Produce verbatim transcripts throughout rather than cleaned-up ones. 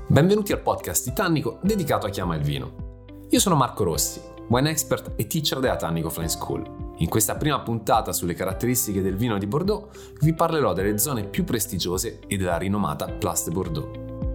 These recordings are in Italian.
Benvenuti al podcast di Tannico dedicato a chi ama il vino. Io sono Marco Rossi, wine expert e teacher della Tannico Flying School. In questa prima puntata sulle caratteristiche del vino di Bordeaux vi parlerò delle zone più prestigiose e della rinomata Place de Bordeaux.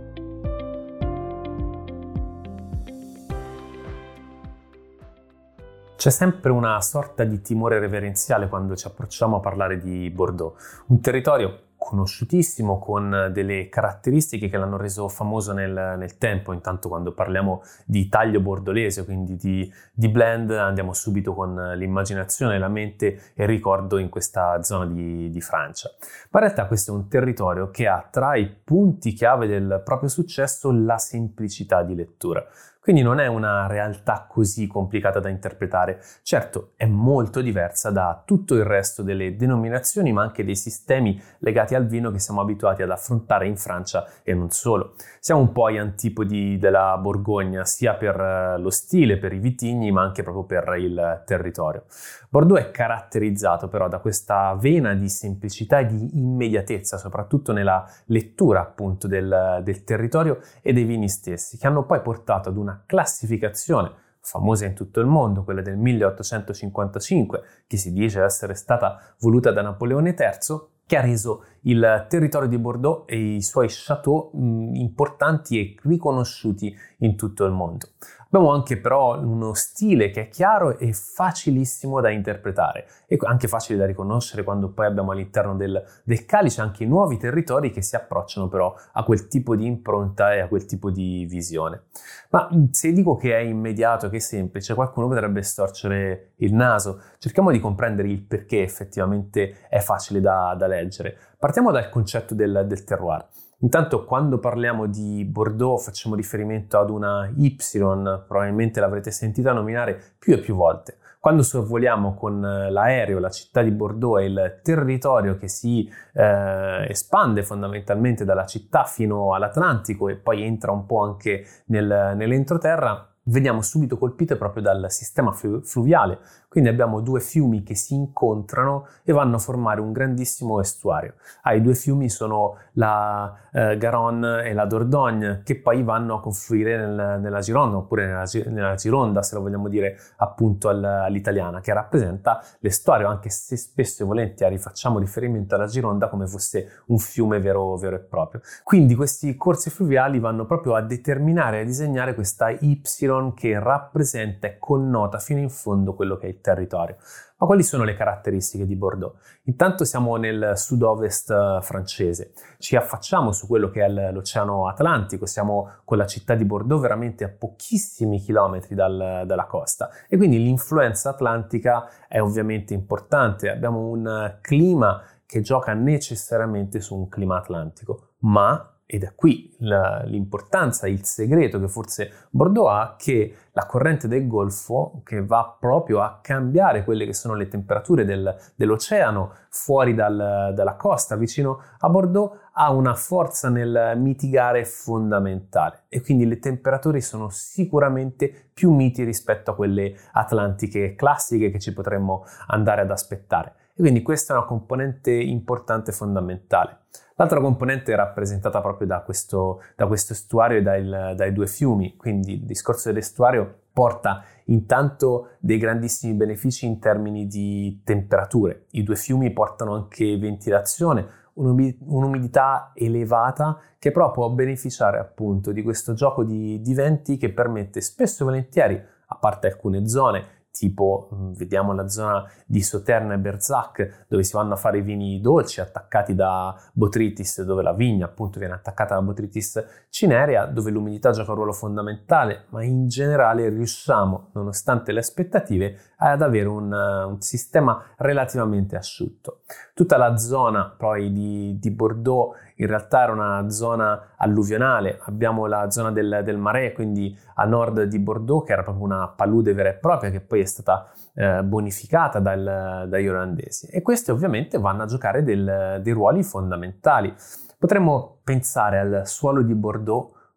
C'è sempre una sorta di timore reverenziale quando ci approcciamo a parlare di Bordeaux, un territorio conosciutissimo con delle caratteristiche che l'hanno reso famoso nel, nel tempo. Intanto quando parliamo di taglio bordolese, quindi di, di blend, andiamo subito con l'immaginazione, la mente e il ricordo in questa zona di, di Francia. Ma in realtà questo è un territorio che ha tra i punti chiave del proprio successo la semplicità di lettura. Quindi non è una realtà così complicata da interpretare. Certo, è molto diversa da tutto il resto delle denominazioni, ma anche dei sistemi legati al vino che siamo abituati ad affrontare in Francia e non solo. Siamo un po' agli antipodi della Borgogna, sia per lo stile, per i vitigni, ma anche proprio per il territorio. Bordeaux è caratterizzato però da questa vena di semplicità e di immediatezza, soprattutto nella lettura appunto del, del territorio e dei vini stessi, che hanno poi portato ad una classificazione famosa in tutto il mondo, quella del milleottocentocinquantacinque, che si dice essere stata voluta da Napoleone terzo, che ha reso il territorio di Bordeaux e i suoi château mh, importanti e riconosciuti in tutto il mondo. Abbiamo anche però uno stile che è chiaro e facilissimo da interpretare e anche facile da riconoscere quando poi abbiamo all'interno del, del calice anche i nuovi territori che si approcciano però a quel tipo di impronta e a quel tipo di visione. Ma se dico che è immediato, che è semplice, qualcuno potrebbe storcere il naso. Cerchiamo di comprendere il perché effettivamente è facile da, da leggere. Partiamo dal concetto del, del terroir. Intanto quando parliamo di Bordeaux facciamo riferimento ad una Y, probabilmente l'avrete sentita nominare più e più volte. Quando sorvoliamo con l'aereo la città di Bordeaux e il territorio che si eh, espande fondamentalmente dalla città fino all'Atlantico e poi entra un po' anche nel, nell'entroterra, veniamo subito colpite proprio dal sistema flu- fluviale. Quindi abbiamo due fiumi che si incontrano e vanno a formare un grandissimo estuario. Ah, i due fiumi sono la eh, Garonne e la Dordogne, che poi vanno a confluire nel, nella Gironda, oppure nella, nella Gironda, se lo vogliamo dire appunto all, all'italiana, che rappresenta l'estuario, anche se spesso e volentieri facciamo riferimento alla Gironda come fosse un fiume vero, vero e proprio. Quindi questi corsi fluviali vanno proprio a determinare e a disegnare questa Y che rappresenta e connota fino in fondo quello che è il territorio. Ma quali sono le caratteristiche di Bordeaux? Intanto siamo nel sud-ovest francese, ci affacciamo su quello che è l'Oceano Atlantico, siamo con la città di Bordeaux veramente a pochissimi chilometri dal, dalla costa e quindi l'influenza atlantica è ovviamente importante. Abbiamo un clima che gioca necessariamente su un clima atlantico, ma ed è qui l'importanza, il segreto che forse Bordeaux ha, che la corrente del Golfo, che va proprio a cambiare quelle che sono le temperature del, dell'oceano fuori dal, dalla costa vicino a Bordeaux, ha una forza nel mitigare fondamentale e quindi le temperature sono sicuramente più miti rispetto a quelle atlantiche classiche che ci potremmo andare ad aspettare. E quindi questa è una componente importante e fondamentale. L'altra componente è rappresentata proprio da questo, da questo estuario e dai, dai due fiumi, quindi il discorso dell'estuario porta intanto dei grandissimi benefici in termini di temperature. I due fiumi portano anche ventilazione, un'umidità elevata che però può beneficiare appunto di questo gioco di, di venti che permette spesso e volentieri, a parte alcune zone, tipo vediamo la zona di Sauternes e Berzac, dove si vanno a fare i vini dolci attaccati da Botrytis, dove la vigna appunto viene attaccata da Botrytis cinerea, dove l'umidità gioca un ruolo fondamentale, ma in generale riusciamo, nonostante le aspettative, ad avere un, un sistema relativamente asciutto. Tutta la zona poi di, di Bordeaux in realtà era una zona alluvionale, abbiamo la zona del, del Marais, quindi a nord di Bordeaux, che era proprio una palude vera e propria, che poi è stata eh, bonificata dal, dagli olandesi. E queste ovviamente vanno a giocare del, dei ruoli fondamentali. Potremmo pensare al suolo di Bordeaux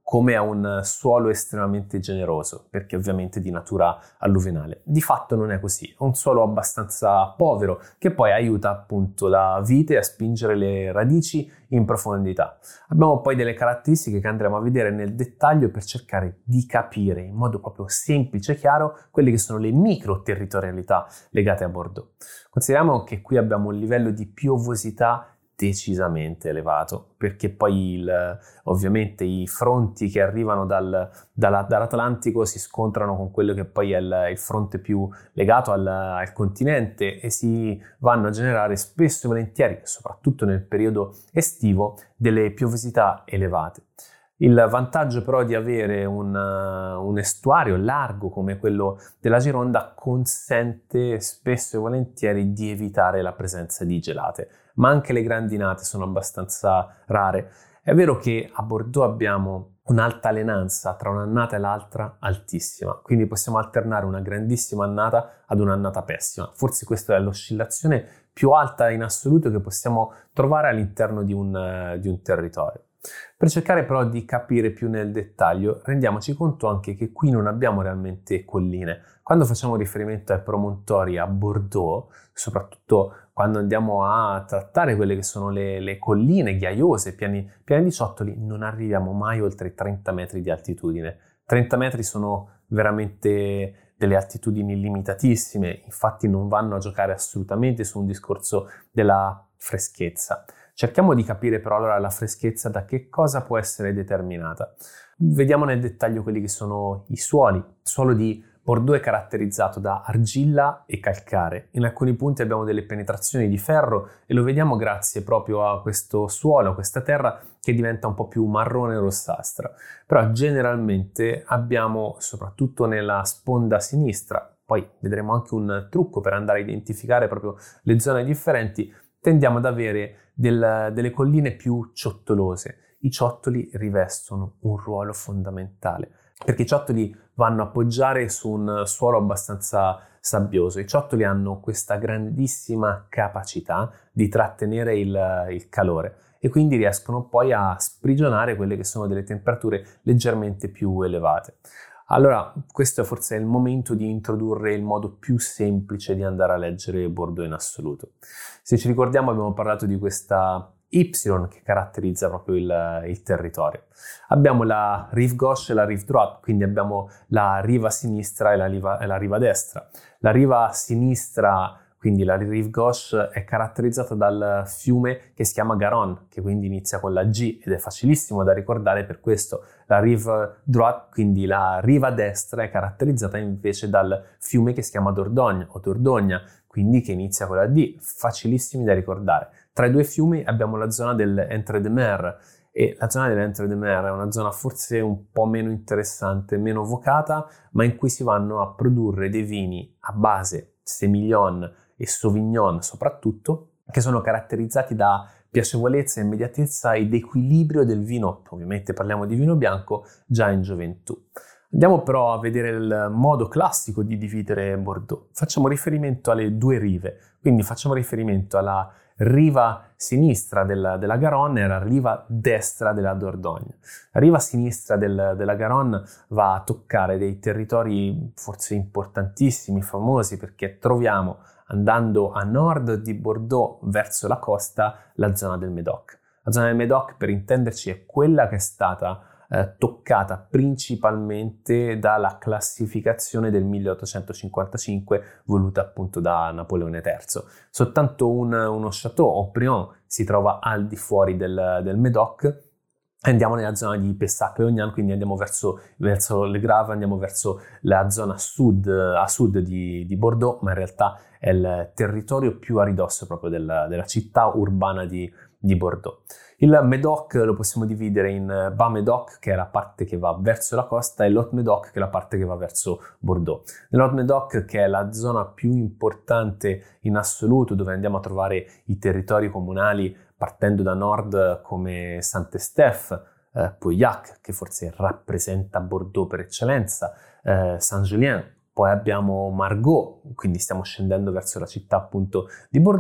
come a un suolo estremamente generoso, perché ovviamente di natura alluviale. Di fatto non è così, è un suolo abbastanza povero che poi aiuta appunto la vite a spingere le radici in profondità. Abbiamo poi delle caratteristiche che andremo a vedere nel dettaglio per cercare di capire in modo proprio semplice e chiaro quelle che sono le micro territorialità legate a Bordeaux. Consideriamo che qui abbiamo un livello di piovosità decisamente elevato, perché poi il, ovviamente i fronti che arrivano dal, dalla, dall'Atlantico si scontrano con quello che poi è il, il fronte più legato al, al continente e si vanno a generare spesso e volentieri, soprattutto nel periodo estivo, delle piovosità elevate. Il vantaggio però di avere un, un estuario largo come quello della Gironda consente spesso e volentieri di evitare la presenza di gelate, ma anche le grandinate sono abbastanza rare. È vero che a Bordeaux abbiamo un'altalenanza tra un'annata e l'altra altissima, quindi possiamo alternare una grandissima annata ad un'annata pessima. Forse questa è l'oscillazione più alta in assoluto che possiamo trovare all'interno di un, di un territorio. Per cercare però di capire più nel dettaglio, rendiamoci conto anche che qui non abbiamo realmente colline. Quando facciamo riferimento ai promontori a Bordeaux, soprattutto quando andiamo a trattare quelle che sono le, le colline ghiaiose, piani, piani di ciottoli, non arriviamo mai oltre i trenta metri di altitudine. trenta metri sono veramente delle altitudini limitatissime, infatti non vanno a giocare assolutamente su un discorso della freschezza. Cerchiamo di capire però allora la freschezza da che cosa può essere determinata. Vediamo nel dettaglio quelli che sono i suoli. Il suolo di Bordeaux è caratterizzato da argilla e calcare. In alcuni punti abbiamo delle penetrazioni di ferro e lo vediamo grazie proprio a questo suolo, a questa terra che diventa un po' più marrone rossastra. Però generalmente abbiamo, soprattutto nella sponda sinistra, poi vedremo anche un trucco per andare a identificare proprio le zone differenti, tendiamo ad avere del, delle colline più ciottolose. I ciottoli rivestono un ruolo fondamentale perché i ciottoli vanno a poggiare su un suolo abbastanza sabbioso. I ciottoli hanno questa grandissima capacità di trattenere il, il calore e quindi riescono poi a sprigionare quelle che sono delle temperature leggermente più elevate. Allora, questo forse è il momento di introdurre il modo più semplice di andare a leggere Bordeaux in assoluto. Se ci ricordiamo abbiamo parlato di questa Y che caratterizza proprio il, il territorio. Abbiamo la rive gauche e la rive droite, quindi abbiamo la riva sinistra e la riva, e la riva destra. La riva sinistra, quindi la rive gauche, è caratterizzata dal fiume che si chiama Garonne, che quindi inizia con la G ed è facilissimo da ricordare, per questo la rive droite, quindi la riva destra, è caratterizzata invece dal fiume che si chiama Dordogne o Dordogne, quindi che inizia con la D, facilissimi da ricordare. Tra i due fiumi abbiamo la zona dell'Entre-de-Mer e la zona dell'Entre-de-Mer è una zona forse un po' meno interessante, meno vocata, ma in cui si vanno a produrre dei vini a base Semillon e Sauvignon soprattutto, che sono caratterizzati da piacevolezza, immediatezza ed equilibrio del vino, ovviamente parliamo di vino bianco, già in gioventù. Andiamo però a vedere il modo classico di dividere Bordeaux. Facciamo riferimento alle due rive, quindi facciamo riferimento alla riva sinistra della, della Garonne e la riva destra della Dordogne. La riva sinistra del, della Garonne va a toccare dei territori forse importantissimi, famosi, perché troviamo, andando a nord di Bordeaux verso la costa, la zona del Médoc. La zona del Médoc, per intenderci, è quella che è stata eh, toccata principalmente dalla classificazione del milleottocentocinquantacinque voluta appunto da Napoleone terzo. Soltanto un, uno château, Haut-Brion, si trova al di fuori del, del Médoc. Andiamo nella zona di Pessac-Léognan, quindi andiamo verso, verso Le Grave, andiamo verso la zona sud, a sud di, di Bordeaux, ma in realtà è il territorio più a ridosso proprio della, della città urbana di, di Bordeaux. Il Médoc lo possiamo dividere in Bas Médoc, che è la parte che va verso la costa, e l'Haut Médoc, che è la parte che va verso Bordeaux. Nell'Haut Médoc, che è la zona più importante in assoluto, dove andiamo a trovare i territori comunali partendo da nord come Saint-Estèphe, eh, Pauillac, che forse rappresenta Bordeaux per eccellenza, eh, Saint-Julien, poi abbiamo Margaux, quindi stiamo scendendo verso la città appunto di Bordeaux.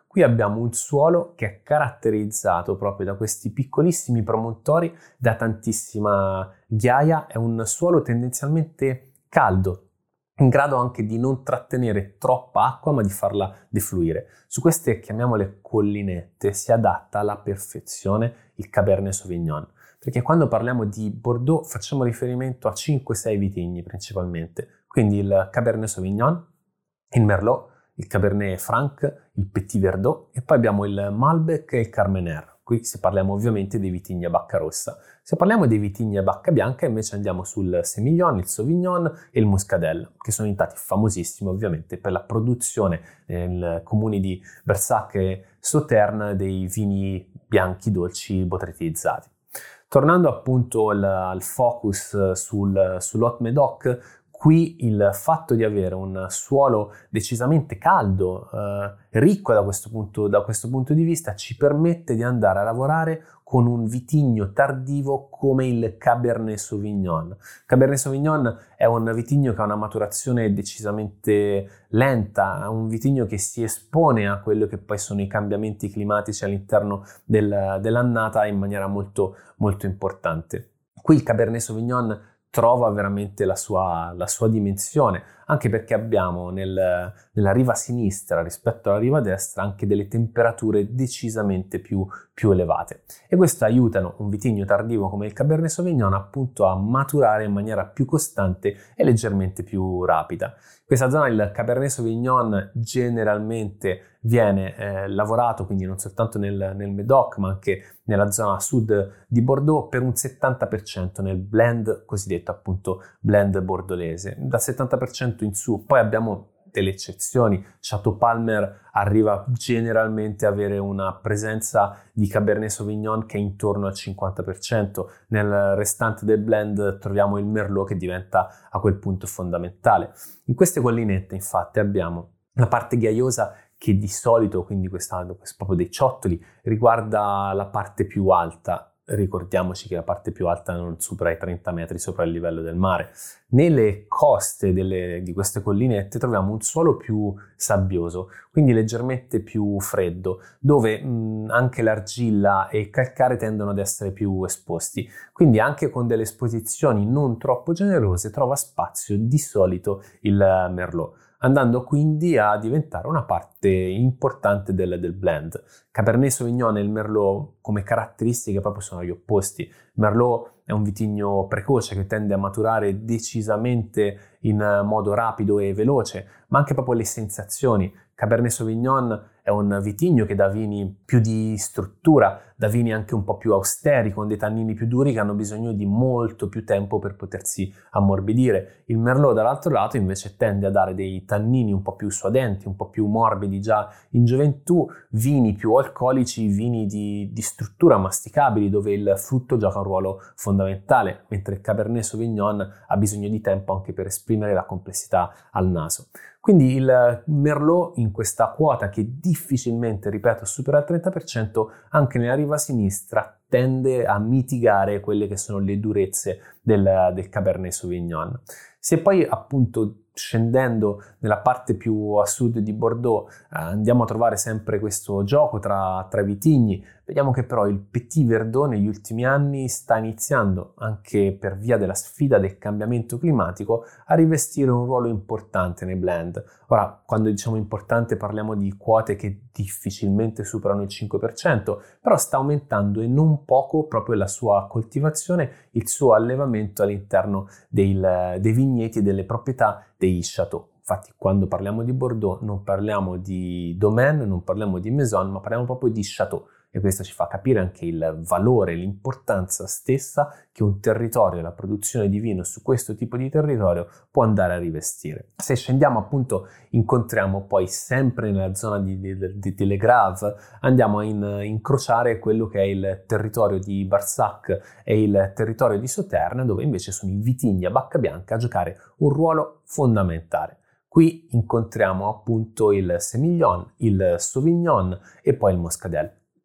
qui abbiamo un suolo che è caratterizzato proprio da questi piccolissimi promontori, da tantissima ghiaia, è un suolo tendenzialmente caldo, in grado anche di non trattenere troppa acqua ma di farla defluire. Su queste, chiamiamole collinette, si adatta alla perfezione il Cabernet Sauvignon, perché quando parliamo di Bordeaux facciamo riferimento a cinque sei vitigni principalmente, quindi il Cabernet Sauvignon, il Merlot, il Cabernet Franc, il Petit Verdot e poi abbiamo il Malbec e il Carmenère. Qui se parliamo ovviamente dei vitigni a bacca rossa. Se parliamo dei vitigni a bacca bianca invece andiamo sul Semillon, il Sauvignon e il Muscadel, che sono diventati famosissimi ovviamente per la produzione nei comuni di Bersac e Sauternes dei vini bianchi dolci botrytizzati. Tornando appunto al, al focus sul, sull'Haut Médoc, qui il fatto di avere un suolo decisamente caldo, eh, ricco da questo, punto, da questo punto di vista, ci permette di andare a lavorare con un vitigno tardivo come il Cabernet Sauvignon. Cabernet Sauvignon è un vitigno che ha una maturazione decisamente lenta, è un vitigno che si espone a quello che poi sono i cambiamenti climatici all'interno del, dell'annata in maniera molto, molto importante. Qui il Cabernet Sauvignon trova veramente la sua, la sua dimensione, anche perché abbiamo nel, nella riva sinistra rispetto alla riva destra anche delle temperature decisamente più, più elevate e questo aiutano un vitigno tardivo come il Cabernet Sauvignon appunto a maturare in maniera più costante e leggermente più rapida. In questa zona il Cabernet Sauvignon generalmente viene eh, lavorato quindi non soltanto nel, nel Médoc ma anche nella zona sud di Bordeaux per un settanta per cento nel blend cosiddetto appunto blend bordolese, dal settanta per cento in su. Poi abbiamo delle eccezioni, Chateau Palmer arriva generalmente a avere una presenza di Cabernet Sauvignon che è intorno al cinquanta per cento, nel restante del blend troviamo il Merlot che diventa a quel punto fondamentale. In queste collinette infatti abbiamo la parte ghiaiosa che di solito, quindi questa, questo proprio dei ciottoli, riguarda la parte più alta. Ricordiamoci che la parte più alta non supera i trenta metri sopra il livello del mare. Nelle coste delle, di queste collinette troviamo un suolo più sabbioso, quindi leggermente più freddo, dove mh, anche l'argilla e il calcare tendono ad essere più esposti. Quindi anche con delle esposizioni non troppo generose trova spazio di solito il Merlot, andando quindi a diventare una parte importante del, del blend. Cabernet Sauvignon e il Merlot come caratteristiche proprio sono gli opposti. Merlot è un vitigno precoce che tende a maturare decisamente in modo rapido e veloce, ma anche proprio le sensazioni. Cabernet Sauvignon è un vitigno che dà vini più di struttura, dà vini anche un po' più austeri, con dei tannini più duri che hanno bisogno di molto più tempo per potersi ammorbidire. Il Merlot dall'altro lato invece tende a dare dei tannini un po' più suadenti, un po' più morbidi già in gioventù, vini più alcolici, vini di, di struttura masticabili dove il frutto gioca un ruolo fondamentale, mentre il Cabernet Sauvignon ha bisogno di tempo anche per esprimere la complessità al naso. Quindi il Merlot in questa quota che difficilmente, ripeto, supera il trenta per cento, anche nella riva sinistra tende a mitigare quelle che sono le durezze del, del Cabernet Sauvignon. Se poi appunto scendendo nella parte più a sud di Bordeaux eh, andiamo a trovare sempre questo gioco tra, tra i vitigni, vediamo che però il Petit Verdot negli ultimi anni sta iniziando, anche per via della sfida del cambiamento climatico, a rivestire un ruolo importante nei blend. Ora, quando diciamo importante parliamo di quote che difficilmente superano il cinque per cento, però sta aumentando e non poco proprio la sua coltivazione, il suo allevamento all'interno del, dei vigneti e delle proprietà dei château. Infatti quando parliamo di Bordeaux non parliamo di domaine, non parliamo di maison, ma parliamo proprio di château. E questo ci fa capire anche il valore, l'importanza stessa che un territorio, la produzione di vino su questo tipo di territorio può andare a rivestire. Se scendiamo appunto incontriamo poi sempre nella zona di, di, di, di Le Grave, andiamo a in, incrociare quello che è il territorio di Barsac e il territorio di Sauternes, dove invece sono i vitigni a bacca bianca a giocare un ruolo fondamentale. Qui incontriamo appunto il Semillon, il Sauvignon e poi il Muscadel.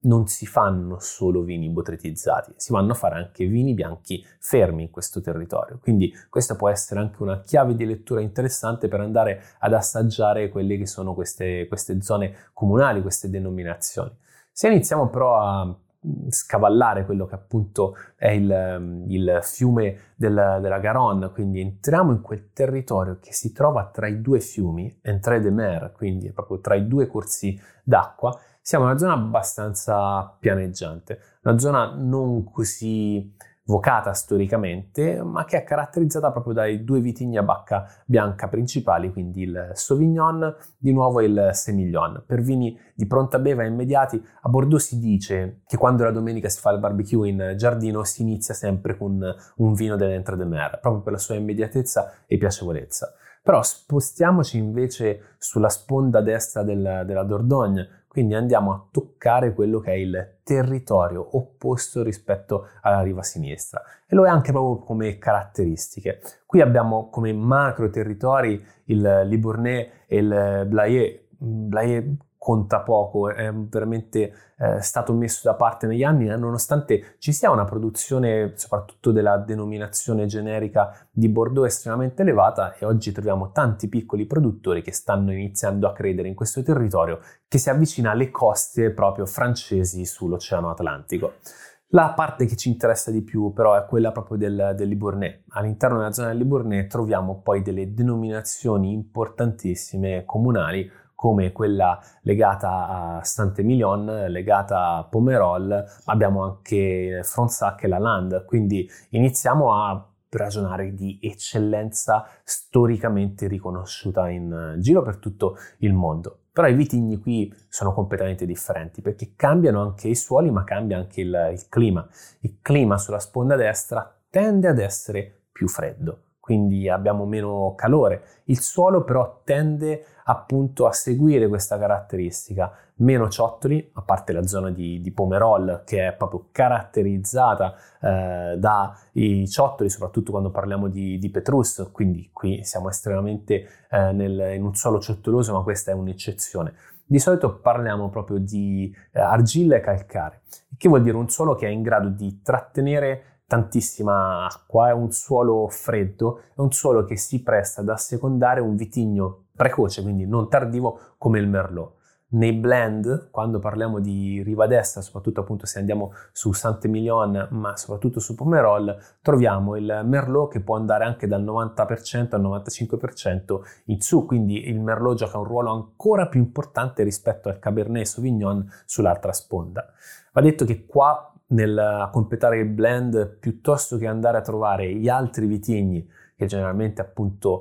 non si fanno solo vini botrytizzati, si vanno a fare anche vini bianchi fermi in questo territorio. Quindi questa può essere anche una chiave di lettura interessante per andare ad assaggiare quelle che sono queste, queste zone comunali, queste denominazioni. Se iniziamo però a scavallare quello che appunto è il, il fiume del, della Garonne, quindi entriamo in quel territorio che si trova tra i due fiumi, entre de mer, quindi proprio tra i due corsi d'acqua, siamo in una zona abbastanza pianeggiante, una zona non così vocata storicamente, ma che è caratterizzata proprio dai due vitigni a bacca bianca principali, quindi il Sauvignon, di nuovo il Semillon. Per vini di pronta beva immediati, a Bordeaux si dice che quando la domenica si fa il barbecue in giardino si inizia sempre con un vino dell'Entre de Mer, proprio per la sua immediatezza e piacevolezza. Però spostiamoci invece sulla sponda destra del, della Dordogne, quindi andiamo a toccare quello che è il territorio opposto rispetto alla riva sinistra, e lo è anche proprio come caratteristiche. Qui abbiamo come macro territori il Libournais e il Blayais. Blayais conta poco, è veramente eh, stato messo da parte negli anni, eh, nonostante ci sia una produzione soprattutto della denominazione generica di Bordeaux estremamente elevata, e oggi troviamo tanti piccoli produttori che stanno iniziando a credere in questo territorio che si avvicina alle coste proprio francesi sull'Oceano Atlantico. La parte che ci interessa di più però è quella proprio del, del Libournais. All'interno della zona del Libournais troviamo poi delle denominazioni importantissime comunali, come quella legata a Saint-Émilion, legata a Pomerol, ma abbiamo anche Fronsac e Lalande, quindi iniziamo a ragionare di eccellenza storicamente riconosciuta in giro per tutto il mondo. Però i vitigni qui sono completamente differenti, perché cambiano anche i suoli, ma cambia anche il, il clima. Il clima sulla sponda destra tende ad essere più freddo, quindi abbiamo meno calore. Il suolo però tende appunto a seguire questa caratteristica, meno ciottoli, a parte la zona di, di Pomerol che è proprio caratterizzata eh, dai ciottoli, soprattutto quando parliamo di, di Petrus, quindi qui siamo estremamente eh, nel, in un suolo ciottoloso, ma questa è un'eccezione. Di solito parliamo proprio di eh, argilla e calcare, che vuol dire un suolo che è in grado di trattenere tantissima acqua, è un suolo freddo, è un suolo che si presta ad assecondare un vitigno precoce, quindi non tardivo, come il Merlot. Nei blend, quando parliamo di riva destra, soprattutto appunto se andiamo su Saint-Émilion, ma soprattutto su Pomerol, troviamo il Merlot che può andare anche dal novanta per cento al novantacinque per cento in su, quindi il Merlot gioca un ruolo ancora più importante rispetto al Cabernet Sauvignon sull'altra sponda. Va detto che qua, nel completare il blend, piuttosto che andare a trovare gli altri vitigni che generalmente appunto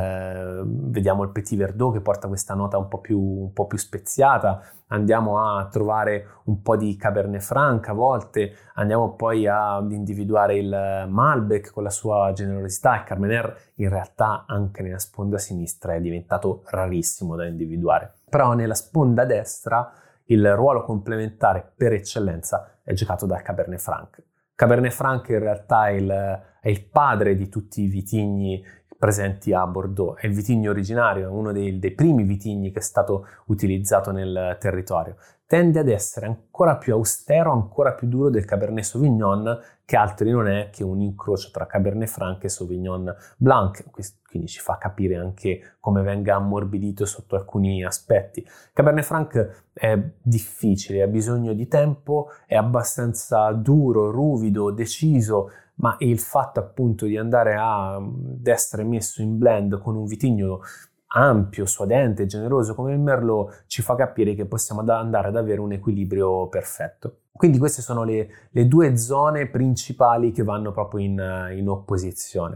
eh, vediamo il Petit Verdot che porta questa nota un po' più, un po' più speziata, andiamo a trovare un po' di Cabernet Franc a volte, andiamo poi ad individuare il Malbec con la sua generosità, e Carmenère in realtà anche nella sponda sinistra è diventato rarissimo da individuare. Però nella sponda destra il ruolo complementare per eccellenza è giocato dal Cabernet Franc. Cabernet Franc in realtà è il, è il padre di tutti i vitigni presenti a Bordeaux, è il vitigno originario, è uno dei, dei primi vitigni che è stato utilizzato nel territorio. Tende ad essere ancora più austero, ancora più duro del Cabernet Sauvignon, che altri non è che un incrocio tra Cabernet Franc e Sauvignon Blanc, quindi ci fa capire anche come venga ammorbidito sotto alcuni aspetti. Cabernet Franc è difficile, ha bisogno di tempo, è abbastanza duro, ruvido, deciso, ma il fatto appunto di andare a, ad essere messo in blend con un vitigno ampio, suadente, generoso come il Merlot ci fa capire che possiamo andare ad avere un equilibrio perfetto. Quindi queste sono le, le due zone principali che vanno proprio in, in opposizione.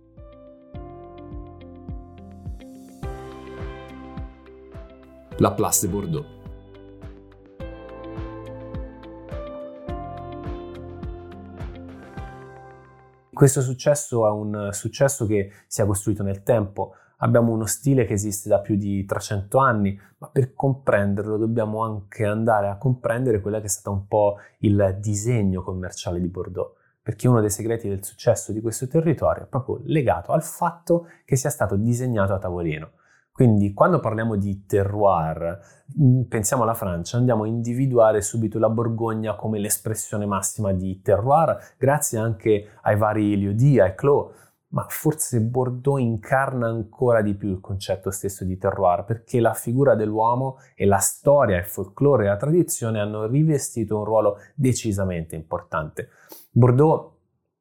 La Place de Bordeaux. Questo successo è un successo che si è costruito nel tempo. Abbiamo uno stile che esiste da più di trecento anni, ma per comprenderlo dobbiamo anche andare a comprendere quella che è stato un po' il disegno commerciale di Bordeaux, perché uno dei segreti del successo di questo territorio è proprio legato al fatto che sia stato disegnato a tavolino. Quindi quando parliamo di terroir, pensiamo alla Francia, andiamo a individuare subito la Borgogna come l'espressione massima di terroir, grazie anche ai vari lieux-dits, ai clos, ma forse Bordeaux incarna ancora di più il concetto stesso di terroir, perché la figura dell'uomo e la storia, il folklore e la tradizione hanno rivestito un ruolo decisamente importante. Bordeaux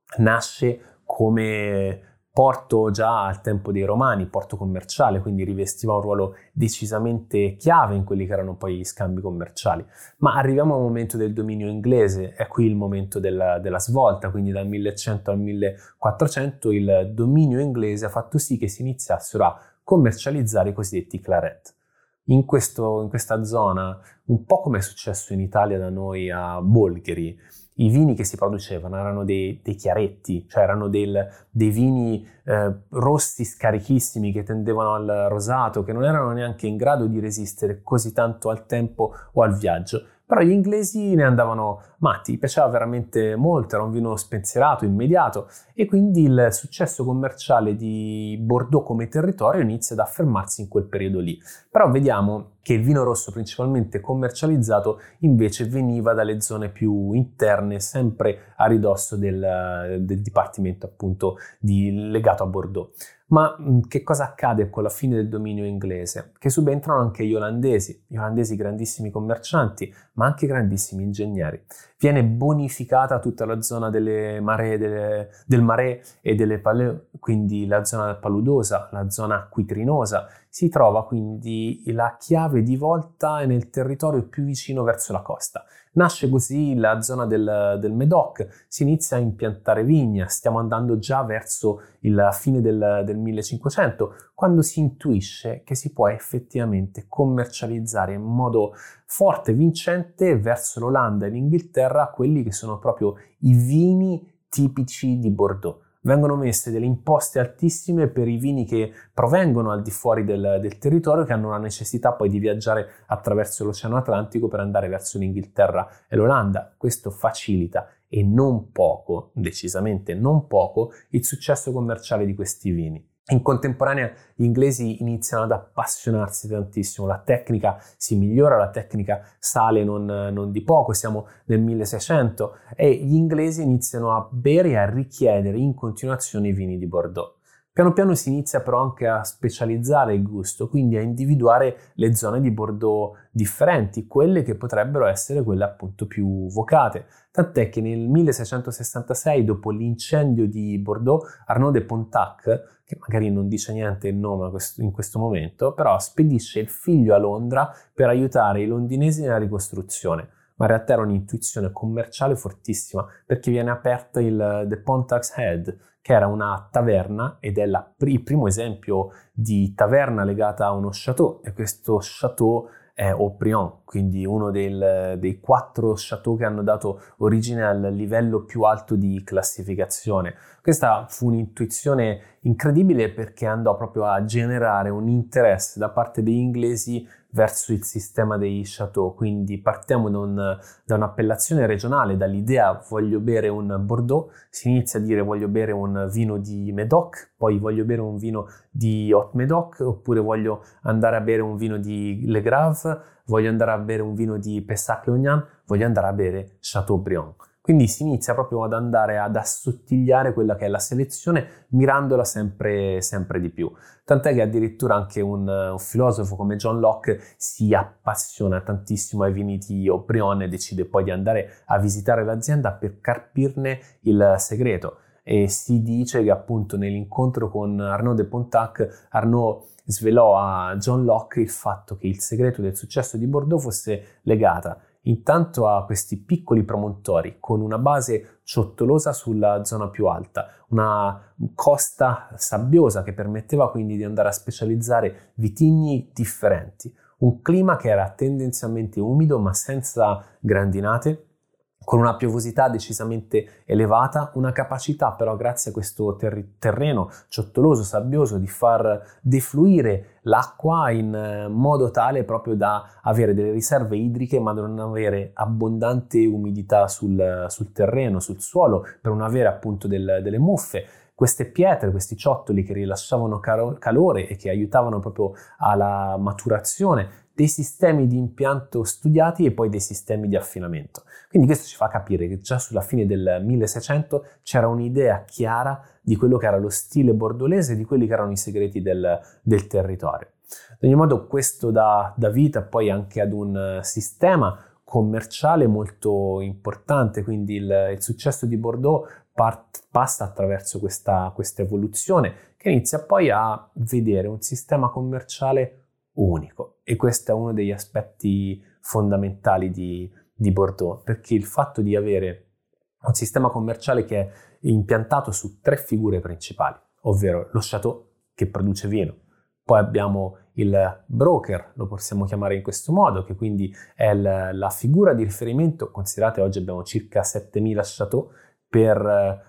nasce come porto già al tempo dei Romani, porto commerciale, quindi rivestiva un ruolo decisamente chiave in quelli che erano poi gli scambi commerciali. Ma arriviamo al momento del dominio inglese, è qui il momento della, della svolta, quindi dal millecento al millequattrocento il dominio inglese ha fatto sì che si iniziassero a commercializzare i cosiddetti claret. In, questo, in questa zona, un po' come è successo in Italia da noi a Bolgheri, i vini che si producevano erano dei, dei chiaretti, cioè erano del, dei vini eh, rossi scarichissimi che tendevano al rosato, che non erano neanche in grado di resistere così tanto al tempo o al viaggio. Però gli inglesi ne andavano matti, gli piaceva veramente molto, era un vino spensierato, immediato, e quindi il successo commerciale di Bordeaux come territorio inizia ad affermarsi in quel periodo lì. Però vediamo che il vino rosso principalmente commercializzato invece veniva dalle zone più interne, sempre a ridosso del, del dipartimento appunto di, legato a Bordeaux. Ma che cosa accade con la fine del dominio inglese? Che subentrano anche gli olandesi, gli olandesi grandissimi commercianti, ma anche grandissimi ingegneri. Viene bonificata tutta la zona delle maree, delle, del Marais e delle Palais, quindi la zona paludosa, la zona acquitrinosa. Si trova quindi la chiave di volta nel territorio più vicino verso la costa. Nasce così la zona del, del Médoc, si inizia a impiantare vigna, stiamo andando già verso la fine del, del millecinquecento, quando si intuisce che si può effettivamente commercializzare in modo forte e vincente verso l'Olanda e l'Inghilterra quelli che sono proprio i vini tipici di Bordeaux. Vengono messe delle imposte altissime per i vini che provengono al di fuori del, del territorio, che hanno la necessità poi di viaggiare attraverso l'Oceano Atlantico per andare verso l'Inghilterra e l'Olanda. Questo facilita e non poco, decisamente non poco, il successo commerciale di questi vini. In contemporanea gli inglesi iniziano ad appassionarsi tantissimo, la tecnica si migliora, la tecnica sale non, non di poco, siamo nel milleseicento e gli inglesi iniziano a bere e a richiedere in continuazione i vini di Bordeaux. Piano piano si inizia però anche a specializzare il gusto, quindi a individuare le zone di Bordeaux differenti, quelle che potrebbero essere quelle appunto più vocate. Tant'è che nel milleseicentosessantasei, dopo l'incendio di Bordeaux, Arnaud de Pontac, che magari non dice niente il nome in questo momento, però spedisce il figlio a Londra per aiutare i londinesi nella ricostruzione. Ma in realtà era un'intuizione commerciale fortissima, perché viene aperta il The Pontac's Head, che era una taverna ed è la, il primo esempio di taverna legata a uno chateau, e questo chateau è Haut-Brion, quindi uno del, dei quattro chateau che hanno dato origine al livello più alto di classificazione. Questa fu un'intuizione incredibile perché andò proprio a generare un interesse da parte degli inglesi verso il sistema dei chateau, quindi partiamo da, un, da un'appellazione regionale, dall'idea voglio bere un Bordeaux, si inizia a dire voglio bere un vino di Médoc, poi voglio bere un vino di Haut-Médoc, oppure voglio andare a bere un vino di Le Grave, voglio andare a bere un vino di Pessac-Léognan, voglio andare a bere Chateaubriand. Quindi si inizia proprio ad andare ad assottigliare quella che è la selezione, mirandola sempre, sempre di più. Tant'è che addirittura anche un, un filosofo come John Locke si appassiona tantissimo ai vini di Haut-Brion e decide poi di andare a visitare l'azienda per carpirne il segreto. E si dice che appunto nell'incontro con Arnaud de Pontac, Arnaud svelò a John Locke il fatto che il segreto del successo di Bordeaux fosse legata intanto a questi piccoli promontori con una base ciottolosa sulla zona più alta, una costa sabbiosa che permetteva quindi di andare a specializzare vitigni differenti, un clima che era tendenzialmente umido ma senza grandinate, con una piovosità decisamente elevata, una capacità però grazie a questo ter- terreno ciottoloso, sabbioso, di far defluire l'acqua in modo tale proprio da avere delle riserve idriche ma non avere abbondante umidità sul, sul terreno, sul suolo, per non avere appunto del, delle muffe. queste pietre, questi ciottoli che rilasciavano caro- calore e che aiutavano proprio alla maturazione, dei sistemi di impianto studiati e poi dei sistemi di affinamento. Quindi questo ci fa capire che già sulla fine del milleseicento c'era un'idea chiara di quello che era lo stile bordolese e di quelli che erano i segreti del, del territorio. Ad ogni modo questo dà, dà vita poi anche ad un sistema commerciale molto importante, quindi il, il successo di Bordeaux part, passa attraverso questa, questa evoluzione che inizia poi a vedere un sistema commerciale unico, e questo è uno degli aspetti fondamentali di, di Bordeaux, perché il fatto di avere un sistema commerciale che è impiantato su tre figure principali, ovvero lo chateau che produce vino, poi abbiamo il broker, lo possiamo chiamare in questo modo, che quindi è la, la figura di riferimento. Considerate, oggi abbiamo circa settemila chateau per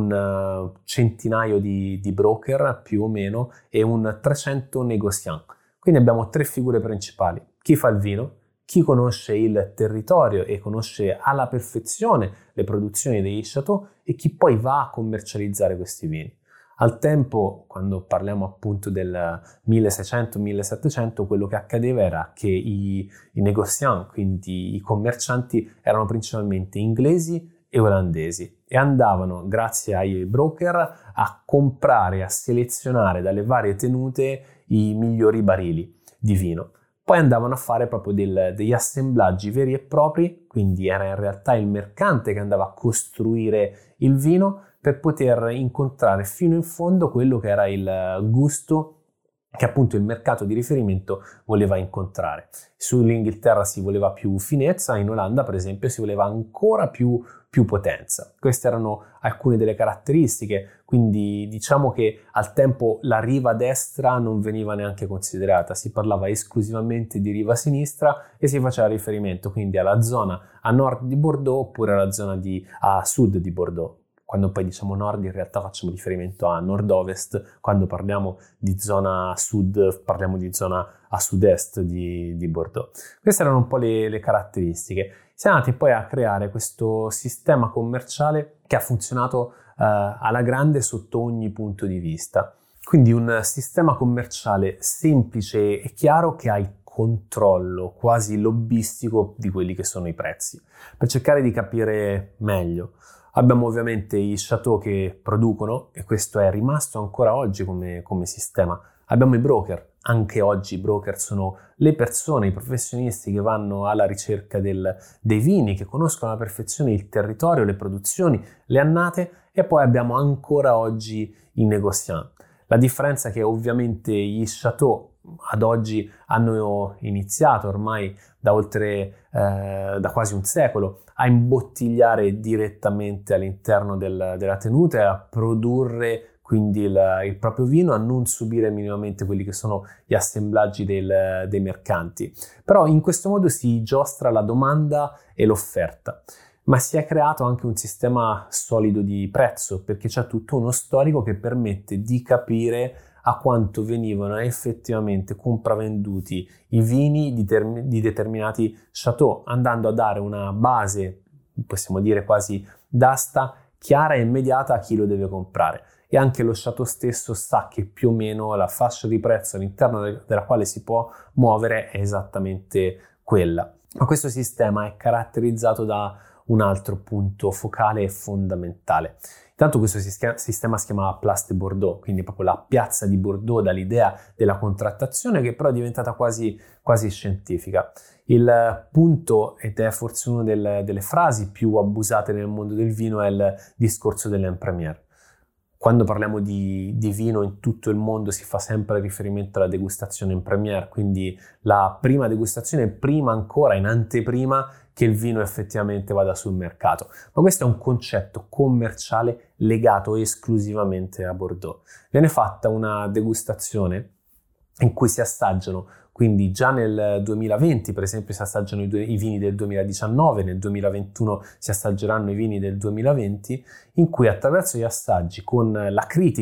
un centinaio di, di broker più o meno e un trecento negoziant. Quindi abbiamo tre figure principali: chi fa il vino, chi conosce il territorio e conosce alla perfezione le produzioni degli chateau, e chi poi va a commercializzare questi vini. Al tempo, quando parliamo appunto del milleseicento millesettecento, quello che accadeva era che i, i negoziant, quindi i commercianti, erano principalmente inglesi e olandesi e andavano, grazie ai broker, a comprare, a selezionare dalle varie tenute i migliori barili di vino. Poi andavano a fare proprio del, degli assemblaggi veri e propri, quindi era in realtà il mercante che andava a costruire il vino per poter incontrare fino in fondo quello che era il gusto che appunto il mercato di riferimento voleva incontrare. Sull'Inghilterra si voleva più finezza, in Olanda per esempio si voleva ancora più, più potenza. Queste erano alcune delle caratteristiche, quindi diciamo che al tempo la riva destra non veniva neanche considerata, si parlava esclusivamente di riva sinistra e si faceva riferimento quindi alla zona a nord di Bordeaux oppure alla zona di, a sud di Bordeaux. Quando poi diciamo nord in realtà facciamo riferimento a nord-ovest, quando parliamo di zona sud parliamo di zona a sud-est di, di Bordeaux. Queste erano un po' le, le caratteristiche. Siamo andati poi a creare questo sistema commerciale che ha funzionato eh, alla grande sotto ogni punto di vista. Quindi un sistema commerciale semplice e chiaro che ha il controllo quasi lobbistico di quelli che sono i prezzi. Per cercare di capire meglio, abbiamo ovviamente i chateau che producono, e questo è rimasto ancora oggi come, come sistema. Abbiamo i broker, anche oggi i broker sono le persone, i professionisti che vanno alla ricerca del, dei vini, che conoscono alla perfezione il territorio, le produzioni, le annate, e poi abbiamo ancora oggi i negoziant. La differenza è che ovviamente gli chateau ad oggi hanno iniziato ormai da oltre eh, da quasi un secolo a imbottigliare direttamente all'interno del, della tenuta e a produrre quindi il, il proprio vino, a non subire minimamente quelli che sono gli assemblaggi del, dei mercanti. Però in questo modo si giostra la domanda e l'offerta, ma si è creato anche un sistema solido di prezzo, perché c'è tutto uno storico che permette di capire a quanto venivano effettivamente compravenduti i vini di, term- di determinati chateau, andando a dare una base, possiamo dire quasi d'asta, chiara e immediata a chi lo deve comprare. E anche lo chateau stesso sa che più o meno la fascia di prezzo all'interno de- della quale si può muovere è esattamente quella. Ma questo sistema è caratterizzato da un altro punto focale e fondamentale. Intanto questo sistema si chiama Place de Bordeaux, quindi proprio la piazza di Bordeaux, dall'idea della contrattazione che però è diventata quasi, quasi scientifica. Il punto, ed è forse una delle, delle frasi più abusate nel mondo del vino, è il discorso dell'en-première. Quando parliamo di, di vino in tutto il mondo si fa sempre riferimento alla degustazione in première, quindi la prima degustazione prima ancora, in anteprima, che il vino effettivamente vada sul mercato. Ma questo è un concetto commerciale legato esclusivamente a Bordeaux. Viene fatta una degustazione in cui si assaggiano, quindi già nel duemilaventi per esempio si assaggiano i, due, i vini del duemiladiciannove, nel duemilaventuno si assaggeranno i vini del duemilaventi, in cui attraverso gli assaggi, con la critica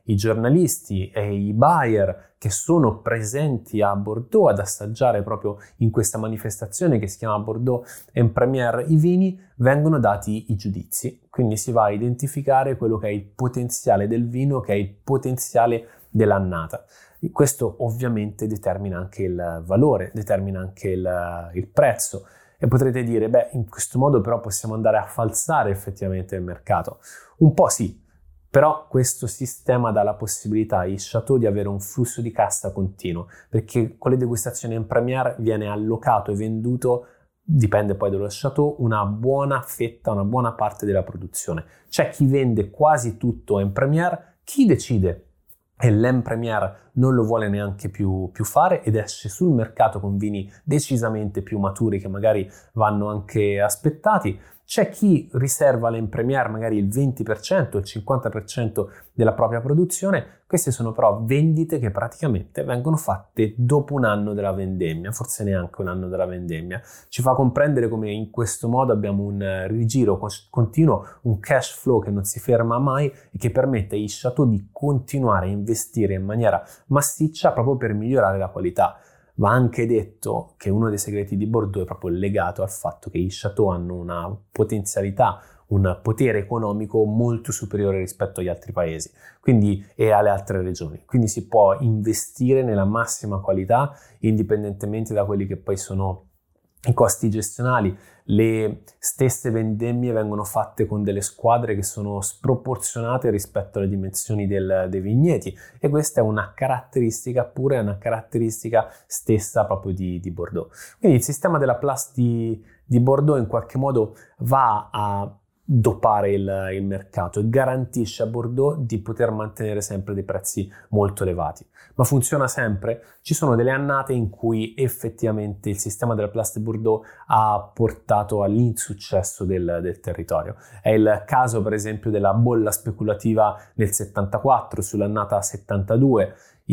i giornalisti e i buyer che sono presenti a Bordeaux ad assaggiare proprio in questa manifestazione che si chiama Bordeaux en Première i vini, vengono dati i giudizi. Quindi si va a identificare quello che è il potenziale del vino, che è il potenziale dell'annata. Questo ovviamente determina anche il valore, determina anche il, il prezzo. E potrete dire, beh, in questo modo però possiamo andare a falsare effettivamente il mercato. Un po' sì, però questo sistema dà la possibilità ai chateau di avere un flusso di cassa continuo, perché con le degustazioni en première viene allocato e venduto, dipende poi dallo chateau, una buona fetta, una buona parte della produzione. C'è chi vende quasi tutto en première, chi decide e l'en première non lo vuole neanche più, più fare ed esce sul mercato con vini decisamente più maturi che magari vanno anche aspettati. C'è chi riserva l'en première magari il venti per cento, il cinquanta per cento della propria produzione. Queste sono però vendite che praticamente vengono fatte dopo un anno della vendemmia, forse neanche un anno della vendemmia. Ci fa comprendere come in questo modo abbiamo un rigiro continuo, un cash flow che non si ferma mai e che permette ai chateau di continuare a investire in maniera massiccia proprio per migliorare la qualità. Va anche detto che uno dei segreti di Bordeaux è proprio legato al fatto che i chateau hanno una potenzialità, un potere economico molto superiore rispetto agli altri paesi, quindi e alle altre regioni. Quindi si può investire nella massima qualità indipendentemente da quelli che poi sono i costi gestionali. Le stesse vendemmie vengono fatte con delle squadre che sono sproporzionate rispetto alle dimensioni del, dei vigneti e questa è una caratteristica pure, è una caratteristica stessa proprio di, di Bordeaux. Quindi il sistema della Place di, di Bordeaux in qualche modo va a dopare il, il mercato e garantisce a Bordeaux di poter mantenere sempre dei prezzi molto elevati. Ma funziona sempre? Ci sono delle annate in cui effettivamente il sistema della Place de Bordeaux ha portato all'insuccesso del, del territorio. È il caso per esempio della bolla speculativa nel settantaquattro sull'annata settantadue.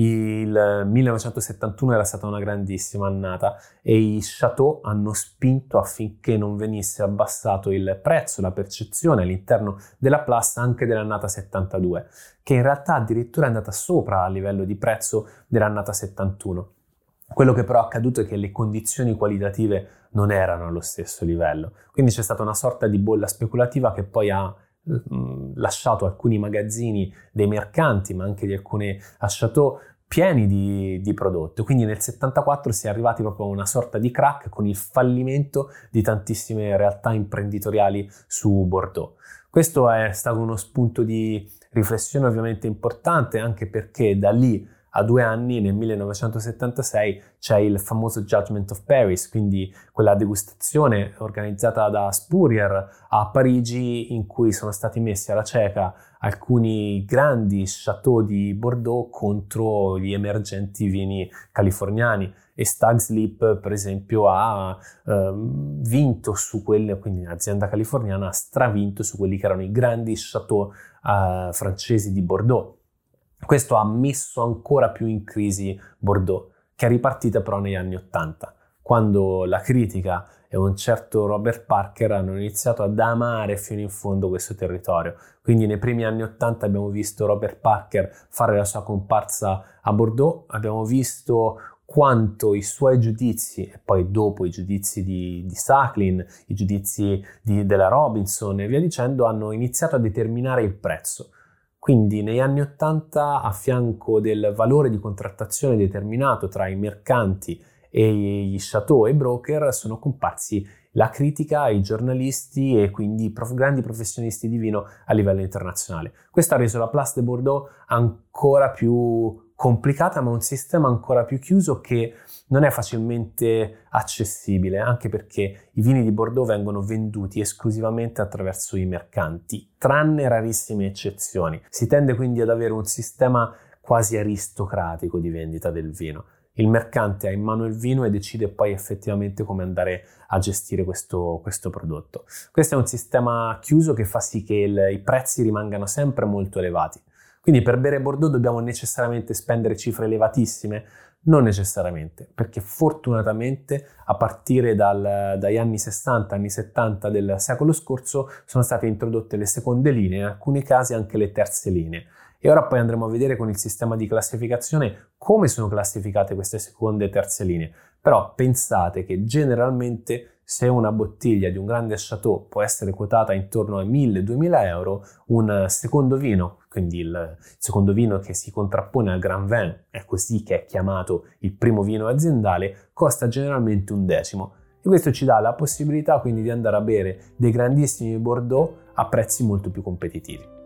Il millenovecentosettantuno era stata una grandissima annata e i chateau hanno spinto affinché non venisse abbassato il prezzo, la percezione all'interno della Place anche dell'annata settantadue, che in realtà addirittura è andata sopra a livello di prezzo dell'annata settantuno. Quello che però è accaduto è che le condizioni qualitative non erano allo stesso livello, quindi c'è stata una sorta di bolla speculativa che poi ha lasciato alcuni magazzini dei mercanti ma anche di alcune chateau pieni di, di prodotto. Quindi nel settantaquattro si è arrivati proprio a una sorta di crack con il fallimento di tantissime realtà imprenditoriali su Bordeaux. Questo è stato uno spunto di riflessione ovviamente importante, anche perché da lì a due anni, nel millenovecentosettantasei, c'è il famoso Judgment of Paris, quindi quella degustazione organizzata da Spurrier a Parigi in cui sono stati messi alla cieca alcuni grandi chateau di Bordeaux contro gli emergenti vini californiani. E Stag's Leap, per esempio, ha eh, vinto su quelle, quindi un'azienda californiana ha stravinto su quelli che erano i grandi chateau eh, francesi di Bordeaux. Questo ha messo ancora più in crisi Bordeaux, che è ripartita però negli anni Ottanta, quando la critica e un certo Robert Parker hanno iniziato ad amare fino in fondo questo territorio. Quindi nei primi anni Ottanta abbiamo visto Robert Parker fare la sua comparsa a Bordeaux, abbiamo visto quanto i suoi giudizi, e poi dopo i giudizi di, di Sacklin, i giudizi di, della Robinson e via dicendo, hanno iniziato a determinare il prezzo. Quindi negli anni Ottanta, a fianco del valore di contrattazione determinato tra i mercanti e gli chateau e i broker, sono comparsi la critica, i giornalisti e quindi i prof- grandi professionisti di vino a livello internazionale. Questo ha reso la Place de Bordeaux ancora più complicata, ma un sistema ancora più chiuso che non è facilmente accessibile, anche perché i vini di Bordeaux vengono venduti esclusivamente attraverso i mercanti, tranne rarissime eccezioni. Si tende quindi ad avere un sistema quasi aristocratico di vendita del vino. Il mercante ha in mano il vino e decide poi effettivamente come andare a gestire questo, questo prodotto. Questo è un sistema chiuso che fa sì che il, i prezzi rimangano sempre molto elevati. Quindi per bere Bordeaux dobbiamo necessariamente spendere cifre elevatissime? Non necessariamente, perché fortunatamente a partire dal, dagli anni sessanta, anni settanta del secolo scorso sono state introdotte le seconde linee, in alcuni casi anche le terze linee. E ora poi andremo a vedere con il sistema di classificazione come sono classificate queste seconde e terze linee. Però pensate che generalmente se una bottiglia di un grande Chateau può essere quotata intorno ai mille-duemila euro, un secondo vino, quindi il secondo vino che si contrappone al Grand Vin, è così che è chiamato il primo vino aziendale, costa generalmente un decimo. E questo ci dà la possibilità quindi di andare a bere dei grandissimi Bordeaux a prezzi molto più competitivi.